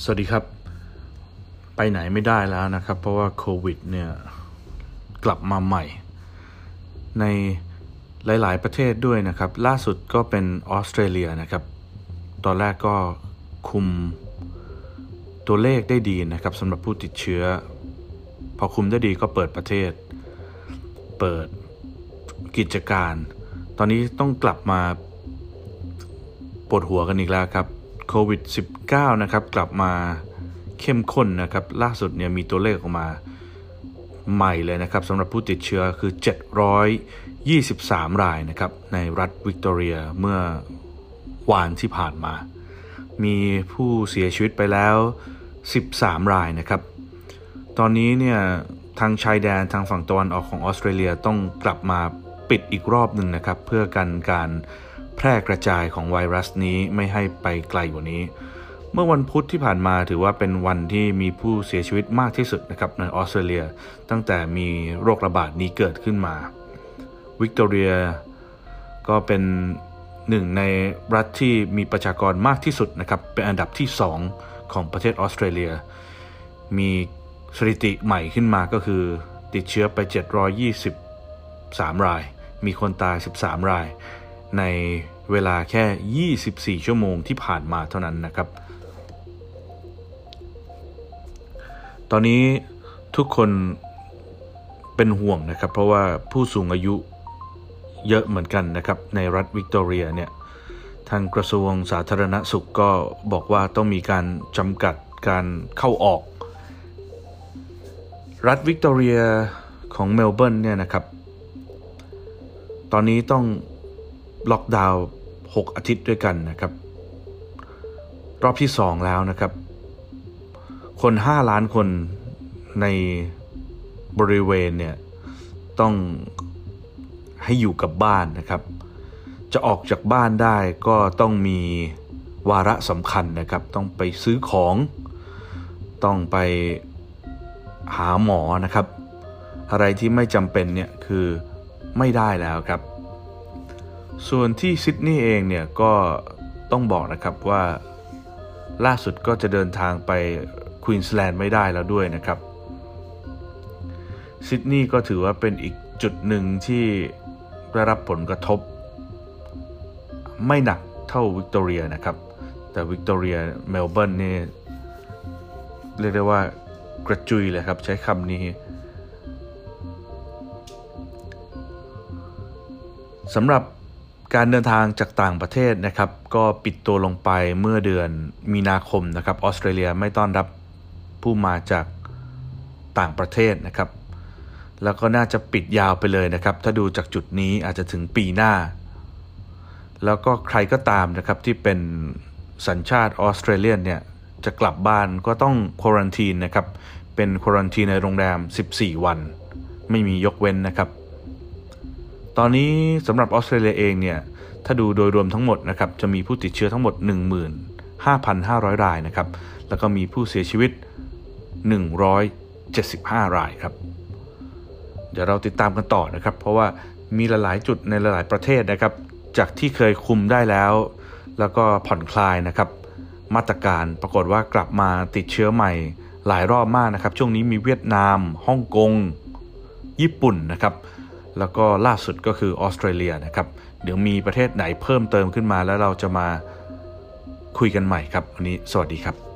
สวัสดีครับไปไหนไม่ได้แล้วนะครับเพราะว่าโควิดเนี่ยกลับมาใหม่ในหลายๆประเทศด้วยนะครับล่าสุดก็เป็นออสเตรเลียนะครับตอนแรกก็คุมตัวเลขได้ดีนะครับสำหรับผู้ติดเชื้อพอคุมได้ดีก็เปิดประเทศเปิดกิจการตอนนี้ต้องกลับมาปวดหัวกันอีกแล้วครับโควิด -19 นะครับกลับมาเข้มข้นนะครับล่าสุดเนี่ยมีตัวเลขออกมาใหม่เลยนะครับสำหรับผู้ติดเชื้อคือ723รายนะครับในรัฐวิกตอเรียเมื่อวานที่ผ่านมามีผู้เสียชีวิตไปแล้ว13รายนะครับตอนนี้เนี่ยทางชายแดนทางฝั่งตะวันออกของออสเตรเลียต้องกลับมาปิดอีกรอบหนึ่งนะครับเพื่อกันการแพร่กระจายของไวรัสนี้ไม่ให้ไปไกลกว่านี้เมื่อวันพุธที่ผ่านมาถือว่าเป็นวันที่มีผู้เสียชีวิตมากที่สุดนะครับในออสเตรเลียตั้งแต่มีโรคระบาดนี้เกิดขึ้นมาวิกตอเรียก็เป็นหนึ่งในรัฐที่มีประชากรมากที่สุดนะครับเป็นอันดับที่2ของประเทศออสเตรเลียมีสถิติใหม่ขึ้นมาก็คือติดเชื้อไป723รายมีคนตาย13รายในเวลาแค่24ชั่วโมงที่ผ่านมาเท่านั้นนะครับตอนนี้ทุกคนเป็นห่วงนะครับเพราะว่าผู้สูงอายุเยอะเหมือนกันนะครับในรัฐวิกตอเรียเนี่ยทางกระทรวงสาธารณสุขก็บอกว่าต้องมีการจำกัดการเข้าออกรัฐวิกตอเรียของเมลเบิร์นเนี่ยนะครับตอนนี้ต้องล็อกดาวน์6อาทิตย์ด้วยกันนะครับรอบที่2แล้วนะครับคน5ล้านคนในบริเวณเนี่ยต้องให้อยู่กับบ้านนะครับจะออกจากบ้านได้ก็ต้องมีวาระสำคัญนะครับต้องไปซื้อของต้องไปหาหมอนะครับอะไรที่ไม่จำเป็นเนี่ยคือไม่ได้แล้วครับส่วนที่ซิดนีย์เองเนี่ยก็ต้องบอกนะครับว่าล่าสุดก็จะเดินทางไปควีนส์แลนด์ไม่ได้แล้วด้วยนะครับซิดนีย์ก็ถือว่าเป็นอีกจุดหนึ่งที่ได้รับผลกระทบไม่หนักเท่าวิกตอเรียนะครับแต่วิกตอเรียเมลเบิร์นนี่เรียกได้ว่ากระจุยเลยครับใช้คำนี้สำหรับการเดินทางจากต่างประเทศนะครับก็ปิดตัวลงไปเมื่อเดือนมีนาคมนะครับออสเตรเลียไม่ต้อนรับผู้มาจากต่างประเทศนะครับแล้วก็น่าจะปิดยาวไปเลยนะครับถ้าดูจากจุดนี้อาจจะถึงปีหน้าแล้วก็ใครก็ตามนะครับที่เป็นสัญชาติออสเตรเลียนเนี่ยจะกลับบ้านก็ต้องควอรันทีนนะครับเป็นควอรันทีนในโรงแรม14วันไม่มียกเว้นนะครับตอนนี้สำหรับออสเตรเลียเองเนี่ยถ้าดูโดยรวมทั้งหมดนะครับจะมีผู้ติดเชื้อทั้งหมด 15,500 รายนะครับแล้วก็มีผู้เสียชีวิต175รายครับเดี๋ยวเราติดตามกันต่อนะครับเพราะว่ามีหลายๆจุดในหลายๆประเทศนะครับจากที่เคยคุมได้แล้วก็ผ่อนคลายนะครับมาตรการปรากฏว่ากลับมาติดเชื้อใหม่หลายรอบมากนะครับช่วงนี้มีเวียดนามฮ่องกงญี่ปุ่นนะครับแล้วก็ล่าสุดก็คือออสเตรเลียนะครับเดี๋ยวมีประเทศไหนเพิ่มเติมขึ้นมาแล้วเราจะมาคุยกันใหม่ครับวันนี้สวัสดีครับ